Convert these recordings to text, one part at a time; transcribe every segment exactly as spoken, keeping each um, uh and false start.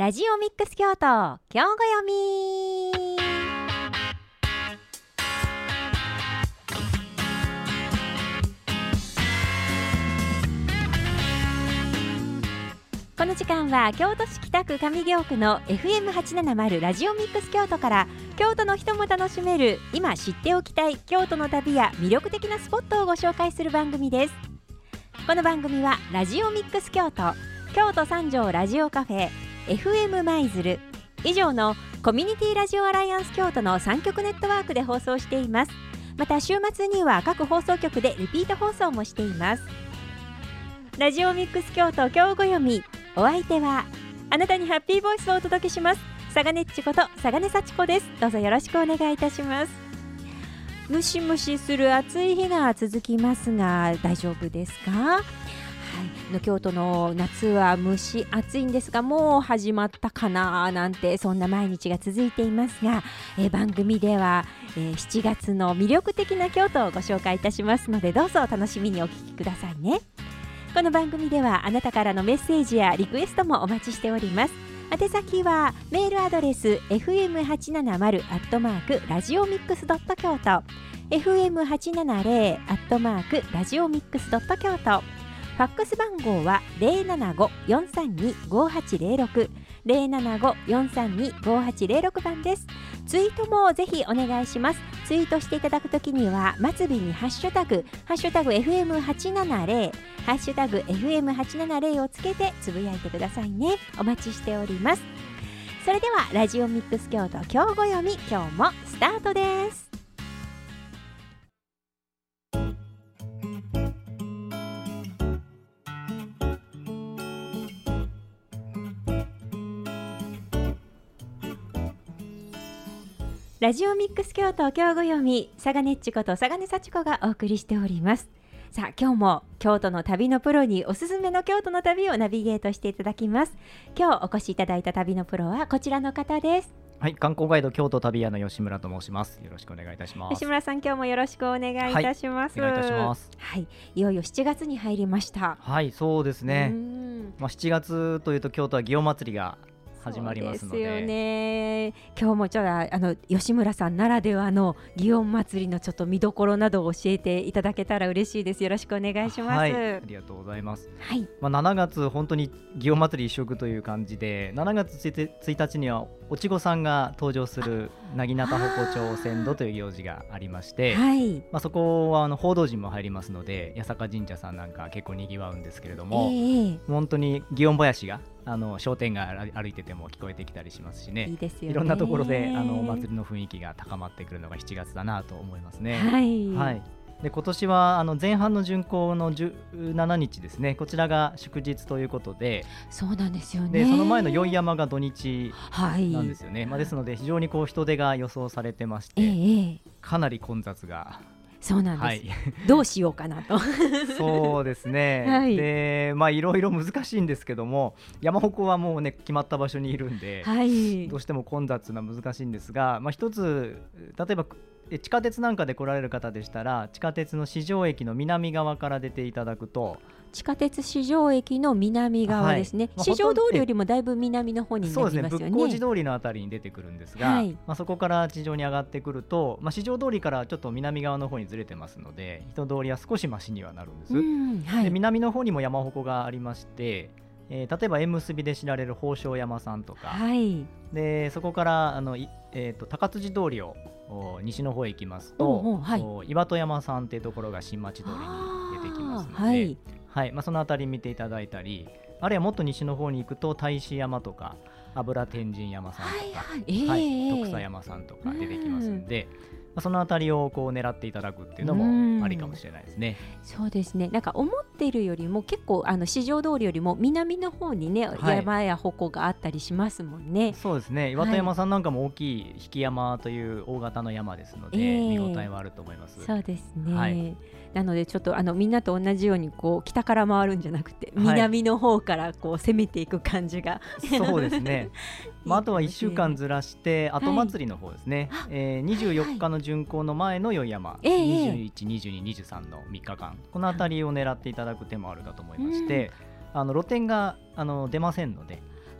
ラジオミックス京都今日ご読み。この時間は京都市北区上京区の エフエムはちななまる ラジオミックス京都から京都の人も楽しめる今知っておきたい京都の旅や魅力的なスポットをご紹介する番組です。この番組はラジオミックス京都、京都三条ラジオカフェ、エフエム 舞鶴以上のコミュニティラジオアライアンス京都のさん局ネットワークで放送しています。また週末には各放送局でリピート放送もしています。ラジオミックス京都今日ご読み、お相手はあなたにハッピーボイスをお届けしますさがねっちことさがね幸子です。どうぞよろしくお願いいたします。ムシムシする暑い日が続きますが大丈夫ですか？はい、の京都の夏は蒸し暑いんですが、もう始まったかななんてそんな毎日が続いていますが、え番組では、えー、しちがつの魅力的な京都をご紹介いたしますので、どうぞ楽しみにお聞きくださいね。この番組ではあなたからのメッセージやリクエストもお待ちしております。宛先はメールアドレス エフエムはちななまる アットマークラジオミックスドット京都 エフエムはちななゼロ アットマークラジオミックスドット京都、ファックス番号は ゼロななご よんさんに ごはちゼロろく ゼロななご よんさんに ごはちゼロろく 番です。ツイートもぜひお願いします。ツイートしていただくときには末尾にハッシュタグハッシュタグ エフエムはちななゼロ ハッシュタグ エフエムはちななゼロ をつけてつぶやいてくださいね。お待ちしております。それではラジオミックス京都今日ご読み、今日もスタートです。ラジオミックス京都今日ご読み、さがねっちことさがね幸子がお送りしております。さあ今日も京都の旅のプロにおすすめの京都の旅をナビゲートしていただきます。今日お越しいただいた旅のプロはこちらの方です。 はい、観光ガイド京都旅屋の吉村と申します。よろしくお願いいたします。 吉村さん、今日もよろしくお願いいたします。 はい、お願いいたします。 はい、いよいよしちがつに入りました。 はい、そうですね。まあ、しちがつというと京都は祇園祭りが始まりますので、 そうですよね。今日もちょっとあの吉村さんならではの祇園祭りのちょっと見どころなどを教えていただけたら嬉しいです。よろしくお願いします。 はい、ありがとうございます。 はい、 まあ、しちがつ本当に祇園祭り一色という感じで、しちがつついたちにはお稚児さんが登場するなぎなた鉾町線路という行事がありまして、はい、まあ、そこはあの報道陣も入りますので、八坂神社さんなんか結構にぎわうんですけれども、えー、本当に祇園林があの商店街歩いてても聞こえてきたりしますしね。いいですよね。いろんなところであのお祭りの雰囲気が高まってくるのがしちがつだなと思いますね。はい、はい、で今年はあの前半の巡行のじゅうしちにちですね、こちらが祝日ということで。 そうなんですよね。 でその前の宵山が土日なんですよね。はい、まあ、ですので非常にこう人出が予想されてまして、えー、かなり混雑が。 そうなんです、はい、どうしようかなとそうですね、はい、でまあいろいろ難しいんですけども、山鉾はもうね決まった場所にいるんで、はい、どうしても混雑な難しいんですが、まあ、一つ例えば地下鉄なんかで来られる方でしたら、地下鉄の四条駅の南側から出ていただくと、 地下鉄四条駅の南側ですね。はい、まあ、四条通りよりもだいぶ南の方になりますよね。 そうですね、仏光寺通りのあたりに出てくるんですが、はい、まあ、そこから地上に上がってくると、まあ、四条通りからちょっと南側の方にずれてますので、人通りは少しマシにはなるんです。うん、はい、で南の方にも山鉾がありまして、えー、例えば縁結びで知られる宝生山さんとか、はい、でそこからあの、えー、と高辻通りを西の方へ行きますと、おうおう、はい、岩戸山さんっていうところが新町通りに出てきますので、はい、はい、まあ、そのあたり見ていただいたり、あるいはもっと西の方に行くと大師山とか油天神山さんとか、はいはい、えーはい、徳佐山さんとか出てきますんで、まあ、そのあたりをこう狙っていただくっていうのもありかもしれないですね。 そうですね。なんか思っているよりも結構あの四条通りよりも南の方にね、はい、山や鉾があったりしますもんね。 そうですね。岩戸山さんなんかも大きい引山という大型の山ですので、えー、見応えはあると思います。 そうですね。はい、なのでちょっとあのみんなと同じようにこう北から回るんじゃなくて、南の方からこう攻めていく感じが、 はい、そうですね。まあ、あとはいっしゅうかんずらして後祭りの方ですね、はい、えー、にじゅうよっかの巡行の前の宵山、えー、にじゅういち、にじゅうに、にじゅうさんのみっかかん、このあたりを狙っていただく手もあるかと思いまして、あの露店があの出ませんので、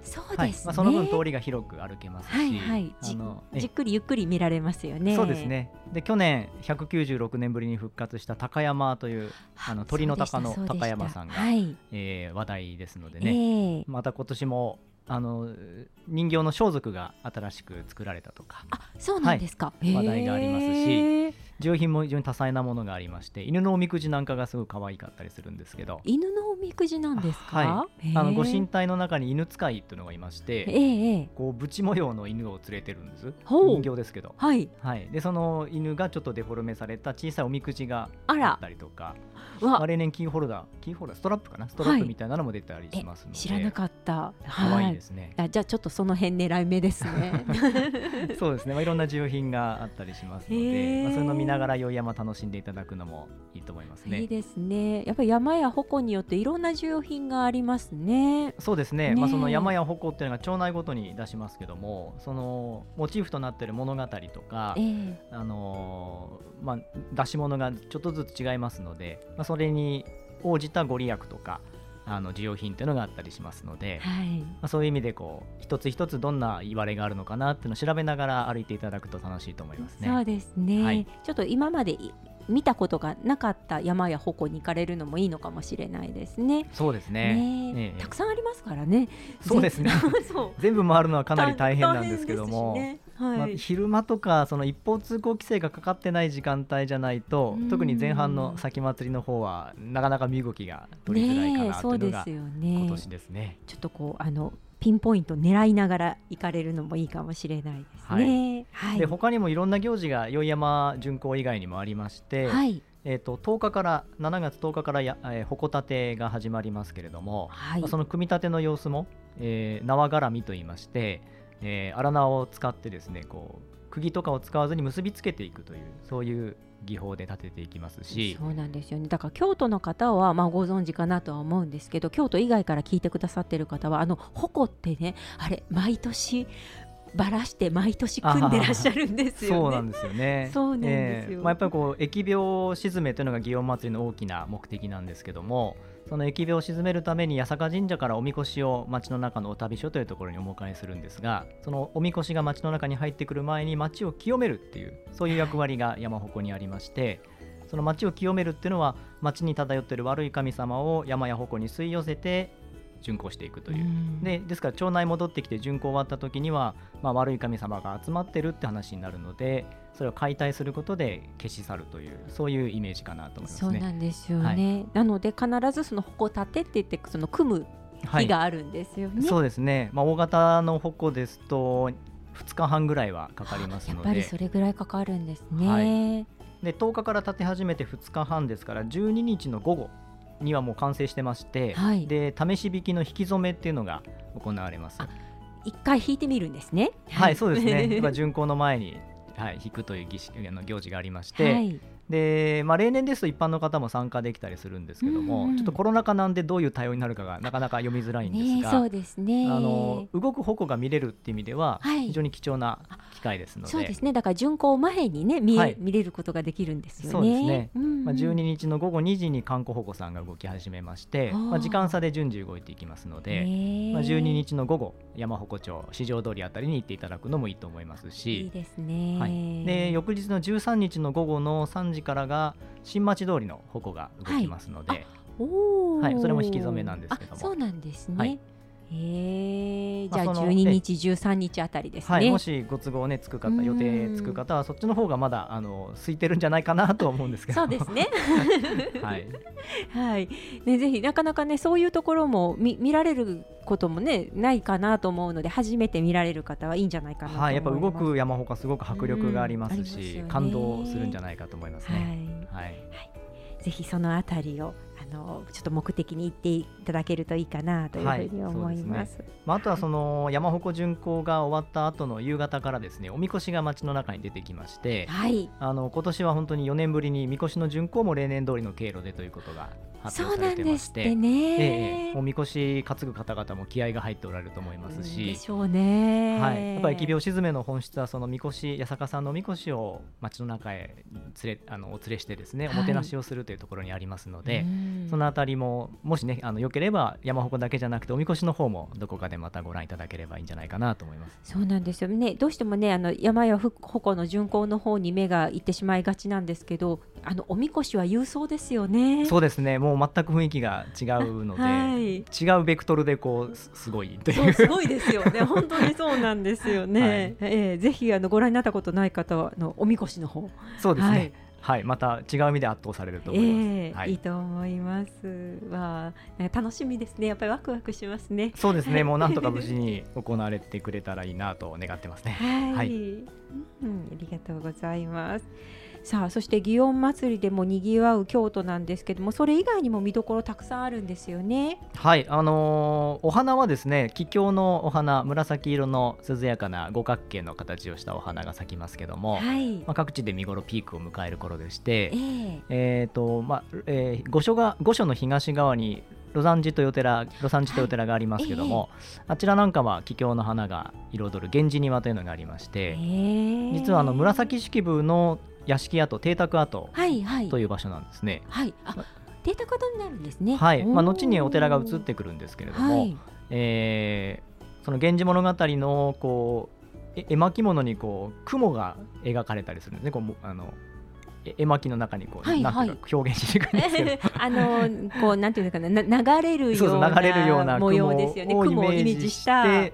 そうですね、 はい、まあ、その分通りが広く歩けますし、 はいはい、 あのじ, じっくりゆっくり見られますよね。 そうですね。で去年ひゃくきゅうじゅうろくねんぶりに復活した高山というあの鳥の鷹の高山さんが、はい、えー、話題ですのでね、えー、また今年もあの人形の装束が新しく作られたとか、 あ、そうなんですか、 はい、話題がありますし、需要品も非常に多彩なものがありまして、犬のおみくじなんかがすごい可愛かったりするんですけど。 犬のおみくじなんですか？ はい、あのご神体の中に犬使いっていうのがいまして、 えー、 こうブチ模様の犬を連れてるんです。人形ですけど、 はいはい、でその犬がちょっとデフォルメされた小さいおみくじがあったりとか、まあ、例年キーホルダーキーホルダーストラップかなストラップみたいなのも出たりしますので、 知らなかった。 可愛いですね。 あ、じゃあちょっとその辺狙い目ですね。 そうですね、まあ、いろんな需要品があったりしますので、まあ、そういうのを見ながら宵山楽しんでいただくのもいいと思いますね。 いいですね。やっぱり山や鉾によっていろんな需要品がありますね。 そうですね、ね、まあ、その山や鉾っていうのが町内ごとに出しますけども、そのモチーフとなっている物語とか、えーあのーまあ、出し物がちょっとずつ違いますので、まあ、それに応じたご利益とかあの需要品っていうのがあったりしますので、はい、まあ、そういう意味でこう一つ一つどんな言われがあるのかなっていうのを調べながら歩いていただくと楽しいと思いますね。 そうですね、はい、ちょっと今まで見たことがなかった山や鉾に行かれるのもいいのかもしれないですね。 そうですね、 ね、ええ、たくさんありますからね。 そうですねそう全部回るのはかなり大変なんですけども、ね、はい、まあ、昼間とかその一方通行規制がかかってない時間帯じゃないと、特に前半の先祭りの方はなかなか身動きが取りづらいかなというのが今年ですね。 ちょっとこうあのピンポイント狙いながら行かれるのもいいかもしれないですね。 はいはい、で他にもいろんな行事が宵山巡行以外にもありまして、はい、えー、ととおかからしちがつとおかからや、えー、鉾立てが始まりますけれども、はい、まあ、その組み立ての様子も、えー、縄絡みといいまして、えー、荒縄を使ってですね、こう釘とかを使わずに結びつけていくという、そういう技法で立てていきますし。 そうなんですよね。だから京都の方はまあご存知かなとは思うんですけど、京都以外から聞いてくださってる方はあの鉾ってね、あれ毎年ばらして毎年組んでらっしゃるんですよね。 そうなんですよね。 そうなんですよ、 えーまあ、やっぱりこう疫病鎮めというのが祇園祭の大きな目的なんですけども、その疫病を鎮めるために八坂神社からおみこしを町の中のお旅所というところにお迎えするんですが、そのおみこしが町の中に入ってくる前に町を清めるっていう、そういう役割が山鉾にありまして、その町を清めるっていうのは町に漂っている悪い神様を山や鉾に吸い寄せて巡行していくという、でですから町内戻ってきて巡行終わった時には、まあ、悪い神様が集まってるって話になるので、それを解体することで消し去るという、そういうイメージかなと思いますね。 そうなんですよね、はい、なので必ずその鉾立てって言ってその組む日があるんですよね。はい、 そうですね、まあ、大型の鉾ですとふつかはんぐらいはかかりますので、 やっぱりそれぐらいかかるんですね。 はい、でとおかから立て始めてふつかはんですからじゅうににちの午後にはもう完成してまして、はい、で試し引きの引き初めっていうのが行われます。 一回引いてみるんですね。 はい、そうですね巡行の前に、はい、引くという儀式の行事がありまして、はい、でまあ、例年ですと一般の方も参加できたりするんですけども、うんうん、ちょっとコロナ禍なんでどういう対応になるかがなかなか読みづらいんですが、 ね、そうですね、 あの動く鉾が見れるっていう意味では非常に貴重な機会ですので、 そうですね、だから巡行前にね 見,、はい、見れることができるんですよね。 そうですね、うんうん、まあ、じゅうににちの午後にじに観光鉾さんが動き始めまして、まあ、時間差で順次動いていきますので、まあ、じゅうににちの午後山鉾町四条通りあたりに行っていただくのもいいと思いますし、 いいですね、 はい、で翌日のじゅうさんにちの午後のさんじからが新町通りの鉾が動きますので、はい、おはい、それも引き初めなんですけども。 そうなんですね、はい、えー、じゃあじゅうににちじゅうさんにちあたりですね、はい、 もしご都合ねつく方、予定つく方はそっちの方がまだあの空いてるんじゃないかなと思うんですけど。 そうですねはい、 はい、ね、ぜひなかなかねそういうところも 見, 見られることもねないかなと思うので、初めて見られる方はいいんじゃないかなと思います。はい、 やっぱ動く山鉾すごく迫力がありますし、うん、感動するんじゃないかと思いますね。はい、はい、 ぜひそのあたりをあのちょっと目的に行っていただけるといいかなというふうに思います。はい、ね、 まあ、あとはその山鉾巡行が終わった後の夕方からですね、おみこしが街の中に出てきまして、はい、あの今年は本当によねんぶりにみこしの巡行も例年通りの経路でということが発表されてまして、 そうなんですってね、 ええ、おみこし担ぐ方々も気合が入っておられると思いますし、 でしょうね、 はい、やっぱり疫病鎮めの本質はそのみこし、八坂さんのみこしを街の中へ連れあのお連れしてですね、おもてなしをするというところにありますので、 そのあたりももしねあのよければ山鉾だけじゃなくておみこしの方もどこかでまたご覧いただければいいんじゃないかなと思います。 そうなんですよね。どうしてもねあの山や鉾の巡行の方に目がいってしまいがちなんですけど、あのおみこしは勇壮ですよね。 そうですね、もう全く雰囲気が違うので、はい、違うベクトルでこうすごいという、 そうすごいですよね本当にそうなんですよね、はい、えー、ぜひあのご覧になったことない方はあのおみこしの方、 そうですね、はいはい、また違う意味で圧倒されると思います、 えーはい、いいと思います。わ楽しみですね。やっぱりワクワクしますね。 そうですね、もうなんとか無事に行われてくれたらいいなと願ってますね。 はい、はい、うん、ありがとうございます。さあそして祇園祭りでもにぎわう京都なんですけども、それ以外にも見どころたくさんあるんですよね。 はい、あのー、お花はですね、桔梗のお花、紫色の涼やかな五角形の形をしたお花が咲きますけども、はい、まあ、各地で見頃ピークを迎える頃でして、えーえーとまあえー、御所が御所の東側に魯山寺というお寺、魯山寺というお寺がありますけども、はい、えー、あちらなんかは桔梗の花が彩る源氏庭というのがありまして、えー、実はあの紫式部の屋敷跡、邸宅跡という場所なんですね。 はい、はい、あ、邸宅跡になるんですね。 はい、まあ、後にお寺が移ってくるんですけれども、はい、えー、その源氏物語のこう絵巻物にこう雲が描かれたりするんですね。こうあの絵巻の中にこう、はい、なんていうか表現してくるんですけどあのこうなんていうのかな、な流れるような、 そうそう流れるような模様ですよね。 雲をイメージして、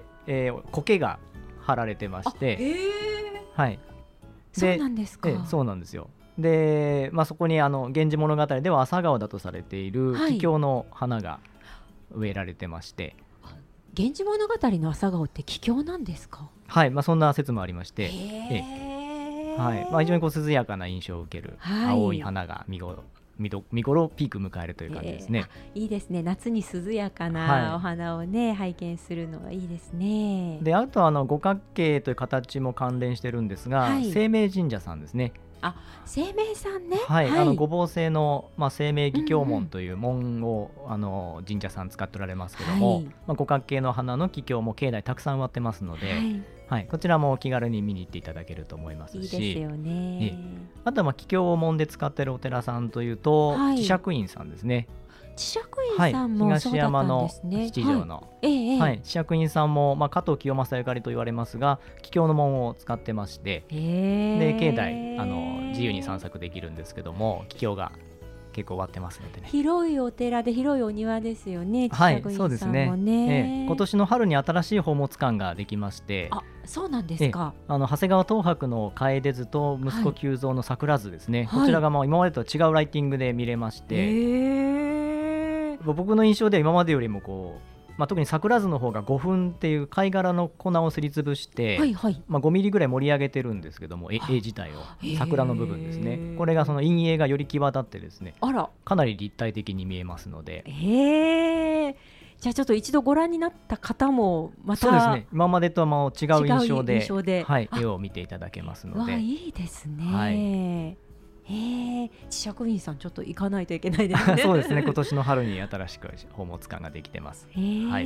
えー、苔が張られてまして、はい。 そうなんですか。 ええ、そうなんですよ。で、まあ、そこにあの源氏物語では朝顔だとされている桔梗の花が植えられてまして、 はい、源氏物語の朝顔って桔梗なんですか。 はい、まあ、そんな説もありまして、ええ、はい、まあ、非常にこう涼やかな印象を受ける青い花が見頃、見ど見頃ピーク迎えるという感じですね。 えー、いいですね。夏に涼やかなお花をね、はい、拝見するのはいいですね。 で、あとあの五角形という形も関連してるんですが、はい、晴明神社さんですね。 あ、晴明さんね。 はい、はい、あの御坊制の、まあ、晴明義教門という門を、うんうん、あの神社さん使っておられますけども、はい、まあ、五角形の花の桔梗も境内たくさん植わってますので、はい、はい、こちらも気軽に見に行っていただけると思いますし、 いいですよね。 あとはまあ桔梗を門で使っているお寺さんというと、はい、智釈院さんですね。 智釈院さんもそうだったんですね。 はい、東山の七条の、 はい、 はい、智釈院さんも、まあ、加藤清正ゆかりと言われますが、桔梗の門を使ってまして、で境内あの自由に散策できるんですけども、桔梗が結構終わってますのでね。 広いお寺で広いお庭ですよね。 はい、そうですね。ええ、今年の春に新しい宝物館ができまして、 あ、そうなんですか。 あの長谷川東博の楓図と息子久蔵の桜図ですね、はい、こちらがまあ今までとは違うライティングで見れまして、へー、僕の印象では今までよりもこう、まあ、特に桜図の方がごふんっていう貝殻の粉をすりつぶして、はいはい、まあ、ごミリぐらい盛り上げてるんですけども、絵自体を桜の部分ですね。これがその陰影がより際立ってですね、あら、かなり立体的に見えますので、 へー、じゃあちょっと一度ご覧になった方もまた、 そうですね、今までとはもう違う印象で、 印象で、 はい、絵を見ていただけますので、 わ、いいですね。はい、へえ、智釈院さんちょっと行かないといけないですね。 そうですね、今年の春に新しく宝物館ができてます。 へえ、はい、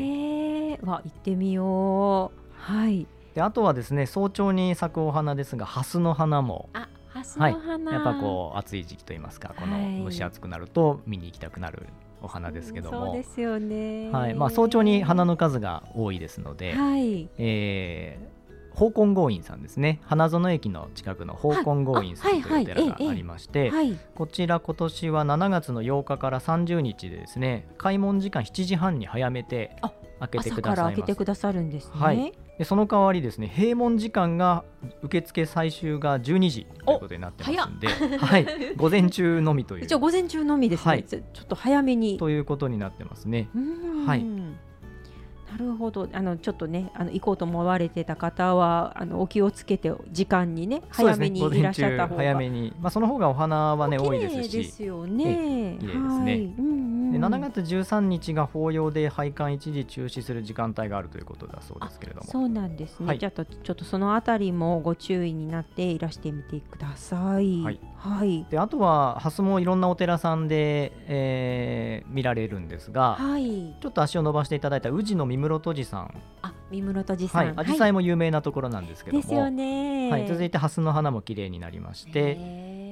わ、行ってみよう。はい。 で、あとはですね、早朝に咲くお花ですが、蓮の花も、 あ、蓮の花、 はい、やっぱこう暑い時期といいますか、この蒸し暑くなると見に行きたくなるお花ですけども、 そうですよね。 はい、まあ、早朝に花の数が多いですので、はい、えー宝金剛院さんですね。花園駅の近くの宝金剛院さんというお寺がありまして、こちら今年はしちがつのようかからさんじゅうにちでですね、開門時間しちじはんに早めて開けてくださいます。 朝から開けてくださるんですね。 はい、でその代わりですね、閉門時間が受付最終がじゅうにじということになってますんで、はい、午前中のみという。 一応午前中のみですね。はい、ちょっと早めにということになってますね。はい。 なるほど。あのちょっとね、あの行こうと思われてた方はあのお気をつけて時間にね、早めにいらっしゃった方が、 早めに、まあ、その方がお花はね多いですし、 綺麗ですよね。 綺麗ですね。はい、うんうん、でしちがつじゅうさんにちが法要で拝観一時中止する時間帯があるということだそうですけれども、 そうなんですね。はい、じゃあちょっとそのあたりもご注意になっていらしてみてください。はい。はい、であとは蓮もいろんなお寺さんで、えー、見られるんですが、はい、ちょっと足を伸ばしていただいた宇治の三室戸寺さん、 あ、三室戸寺さん、 はい、紫陽花も有名なところなんですけども、 ですよね。 はい、続いて蓮の花も綺麗になりまして、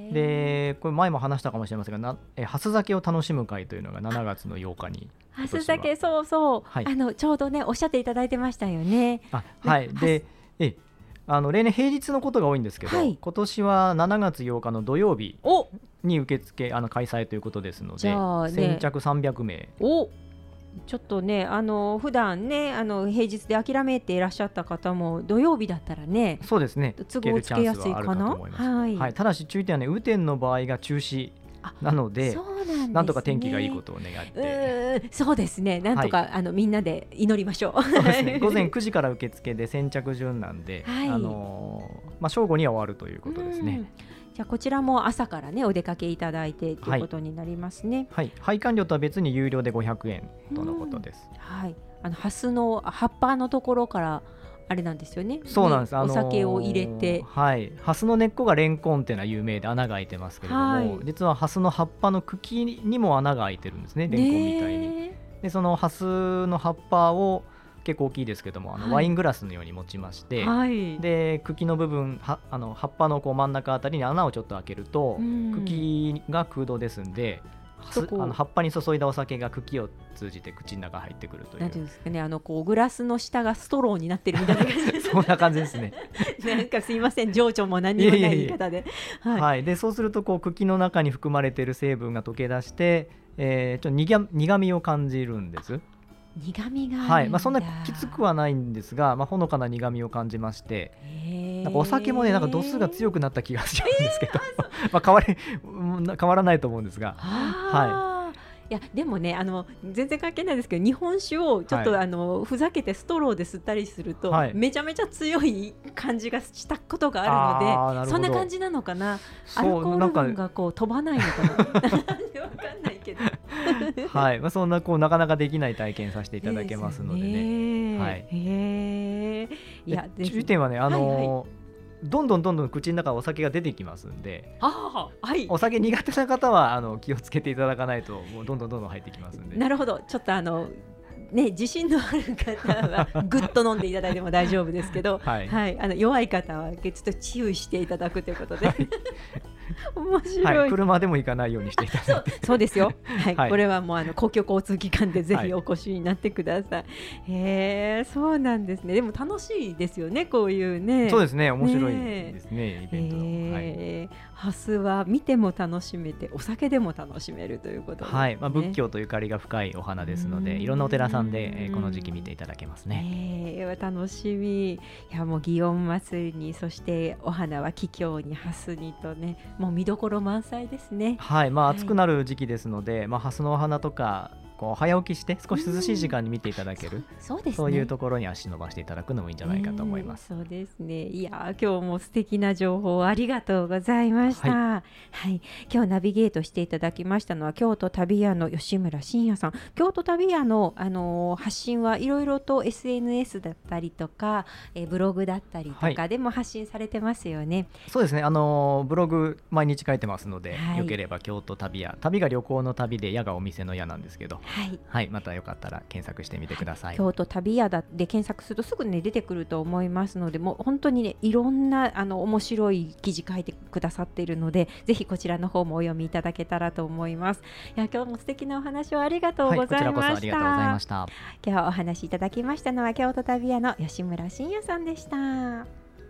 でこれ前も話したかもしれませんがなえハス酒を楽しむ会というのがしちがつのようかにハス酒そうそう、はい、あのちょうどねおっしゃっていただいてましたよね。 あはいでえあの例年平日のことが多いんですけど、はい、今年はしちがつようかの土曜日に受付あの開催ということですので、ね、先着さんびゃくめい。 おちょっとねあの普段ねあの平日で諦めていらっしゃった方も土曜日だったらねそうですね都合つけやすいかな。 はい、はい、ただし注意点はね雨天の場合が中止なの で, そうなんです、ね、なんとか天気がいいことを願ってうそうですねなんとか、はい、あのみんなで祈りましょう。 そうですね、午前くじから受付で先着順なんで、はいあのーまあ、正午には終わるということですね。 じゃあこちらも朝からねお出かけいただいてということになりますね。 はい、はい、配管料とは別に有料でごひゃくえんとのことです。 はい、あのハスの葉っぱのところからあれなんですよね。 そうなんです、 ね、お酒を入れて、 はい、ハスの根っこがレンコンっていうのは有名で穴が開いてますけれども、はい、実はハスの葉っぱの茎にも穴が開いてるんですね、レンコンみたいに。でそのハスの葉っぱを結構大きいですけどもあの、はい、ワイングラスのように持ちまして、はい、で茎の部分はあの葉っぱのこう真ん中あたりに穴をちょっと開けると、茎が空洞ですんであの葉っぱに注いだお酒が茎を通じて口の中入ってくるという。 なんていうんですかね、あのこうグラスの下がストローになってるみたいな感じですそんな感じですねなんかすいません情緒も何にもない言い方ではい、はい、でそうするとこう茎の中に含まれている成分が溶け出して、えー、ちょっと苦, 苦みを感じるんです。 苦みがあるんだ、 はいまあ、そんなきつくはないんですが、まあ、ほのかな苦みを感じまして、なんかお酒もねなんか度数が強くなった気がしちゃうんですけどまあ変わり変わらないと思うんですが、はいいやでもねあの全然関係ないですけど日本酒をちょっと、はい、あのふざけてストローで吸ったりすると、はい、めちゃめちゃ強い感じがしたことがあるのでそんな感じなのかな。アルコール分がこう飛ばないのかななんでわかんないけどはい、まあ、そんなこうなかなかできない体験させていただけますのでね。はい、へいや注意点はねあのーはいはいどんどんどんどん口の中お酒が出てきますんで、 あ、はい、 お酒苦手な方はあの気をつけていただかないともうどんどんどんどん入ってきますんで。 なるほど、ちょっとあのね、自信のある方はぐっと飲んでいただいても大丈夫ですけど、はいはい、あの弱い方はちょっと注意していただくということで、はい面白い、 はい、車でも行かないようにしていただいてそう、そうですよ、はいはい、これはもうあの公共交通機関でぜひお越しになってください、はい、へーそうなんですね。でも楽しいですよねこういうね。 そうですね面白いですね、ねイベント、 えーはい、ハスは見ても楽しめてお酒でも楽しめるということですね。 はいまあ、仏教とゆかりが深いお花ですのでいろんなお寺さんで、えー、この時期見ていただけますね、 えー、楽しみ。いやもう祇園祭にそしてお花は桔梗にハスにとねもう見どころ満載ですね。 はいまあ、暑くなる時期ですので、まあ、ハスのお花とかこう早起きして少し涼しい時間に見ていただける、うん そ, そうですね、そういうところに足伸ばしていただくのもいいんじゃないかと思います、 えー、そうですね。いや今日も素敵な情報ありがとうございました、はいはい、今日ナビゲートしていただきましたのは京都旅屋の吉村真也さん。京都旅屋の、あのー、発信はいろいろと エスエヌエス だったりとか、えー、ブログだったりとかでも発信されてますよね、はい、 そうですね、あのー、ブログ毎日書いてますので、はい、よければ京都旅屋、旅が旅行の旅で屋がお店の屋なんですけど、はいはい、またよかったら検索してみてください、はい、 京都旅屋だで検索するとすぐね出てくると思いますので、もう本当にねいろんなあの面白い記事書いてくださっているのでぜひこちらの方もお読みいただけたらと思います。いや今日も素敵なお話をありがとうございました、はい、こちらこそありがとうございました。今日お話いただきましたのは京都旅屋の吉村真也さんでした。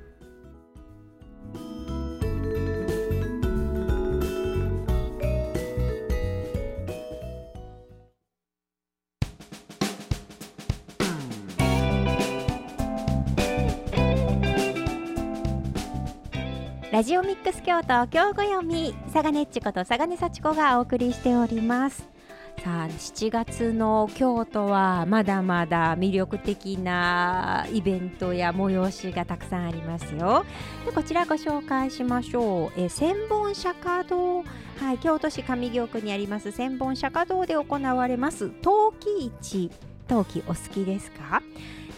ラジオミックス京都今日ご読み、佐賀ねっちこと佐賀根幸子がお送りしております。さあしちがつの京都はまだまだ魅力的なイベントや催しがたくさんありますよ。でこちらご紹介しましょう。え千本釈迦堂、はい、京都市上京区にあります千本釈迦堂で行われます陶器市。陶器お好きですか？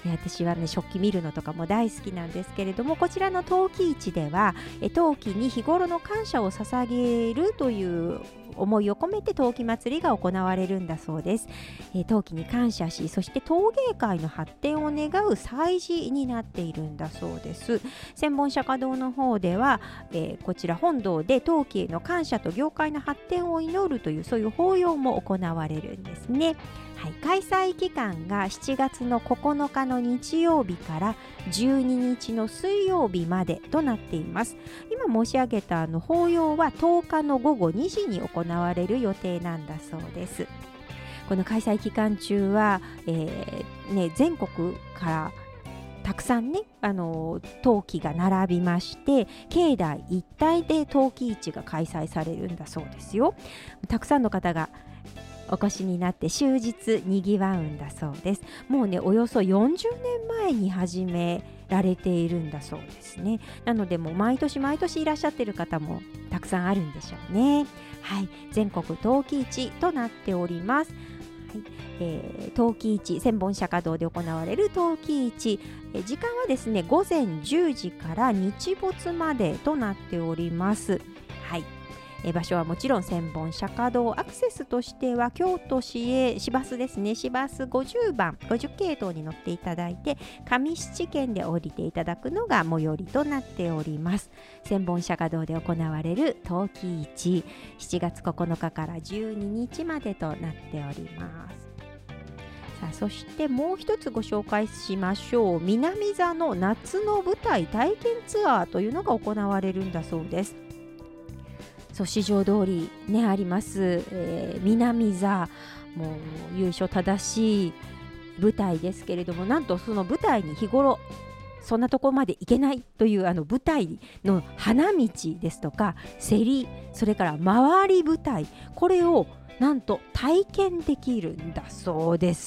ね、私はね食器見るのとかも大好きなんですけれども、こちらの陶器市ではえ陶器に日頃の感謝を捧げるという思いを込めて陶器祭りが行われるんだそうです。えー、陶器に感謝し、そして陶芸界の発展を願う祭事になっているんだそうです。千本釈迦堂の方では、えー、こちら本堂で陶器への感謝と業界の発展を祈るというそういう法要も行われるんですね。はい、開催期間がしちがつのここのかの日曜日からじゅうににちの水曜日までとなっています。今申し上げたあの法要はとおかのごごにじに行われる予定なんだそうです。この開催期間中は、えーね、全国からたくさんねあの陶器が並びまして、境内一帯で陶器市が開催されるんだそうですよ。たくさんの方がお越しになって終日にぎわうんだそうです。もうねおよそよんじゅうねんまえに始められているんだそうですね。なのでもう毎年毎年いらっしゃっている方もたくさんあるんでしょうね。はい、全国陶器市となっております。はい、えー、陶器市、千本釈迦堂で行われる陶器市、えー、時間はですねごぜんじゅうじから日没までとなっております。はい、えー、場所はもちろん千本釈迦堂、アクセスとしては京都市営市バスですね、市バスごじゅうばんごじゅう系統に乗っていただいて上七軒で降りていただくのが最寄りとなっております。千本釈迦堂で行われる陶器市、しちがつここのかからじゅうににちまでとなっております。さあ、そしてもう一つご紹介しましょう。南座の夏の舞台体験ツアーというのが行われるんだそうです。そう四条通りねあります、えー、南座、もう由緒正しい舞台ですけれども、なんとその舞台に日頃そんなところまで行けないというあの舞台の花道ですとか競り、それから回り舞台、これをなんと体験できるんだそうです。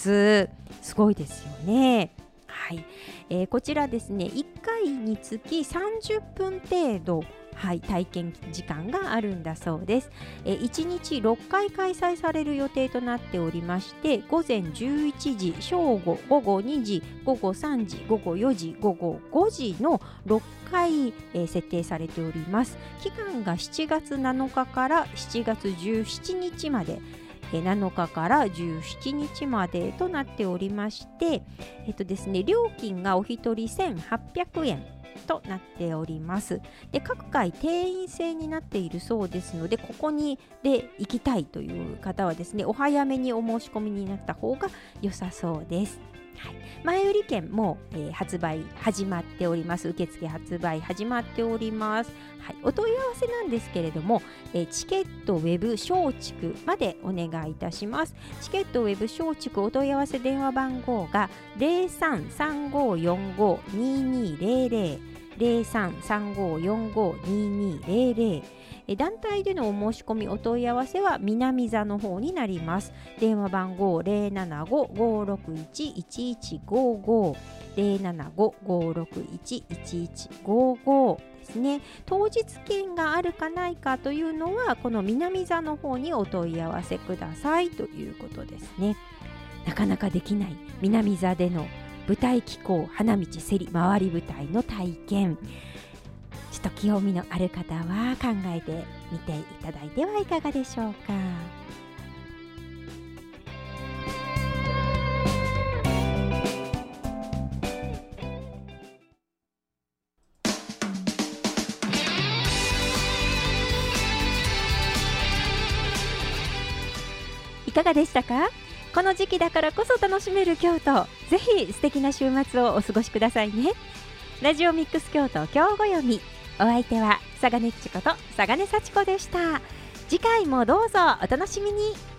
すごいですよね。はい、えー、こちらですねいっかいにつきさんじゅっぷん程度、はい、体験時間があるんだそうです。えー、いちにちろっかい開催される予定となっておりまして、ごぜんじゅういちじ、正午、ごごにじ、ごごさんじ、ごごよじ、ごごごじのろっかい、えー、設定されております。期間がしちがつなのかからしちがつじゅうしちにちまで、なのかからじゅうしちにちまでとなっておりまして、えっとですね、料金がお一人せんはっぴゃくえんとなっております。で、各回定員制になっているそうですので、ここにで行きたいという方はですね、お早めにお申し込みになった方が良さそうです。はい、前売り券も、えー、発売始まっております。受付発売始まっております。はい、お問い合わせなんですけれども、えー、チケットウェブ松竹までお願いいたします。チケットウェブ松竹お問い合わせ電話番号が ゼロさんさんごよんごににゼロゼロ ゼロさんさんごよんごににゼロゼロ、団体でのお申し込みお問い合わせは南座の方になります。電話番号 ゼロななご ごろくいち いちいちごご ゼロななご ごろくいち いちいちごごですね。当日券があるかないかというのはこの南座の方にお問い合わせくださいということですね。なかなかできない南座での舞台機構、花道、競り、回り舞台の体験、ちょっと興味のある方は考えてみていただいてはいかがでしょうか。いかがでしたか？この時期だからこそ楽しめる京都、ぜひ素敵な週末をお過ごしくださいね。ラジオミックス京都今日ご読み、お相手は佐賀根っちこと佐賀根幸子でした。次回もどうぞお楽しみに。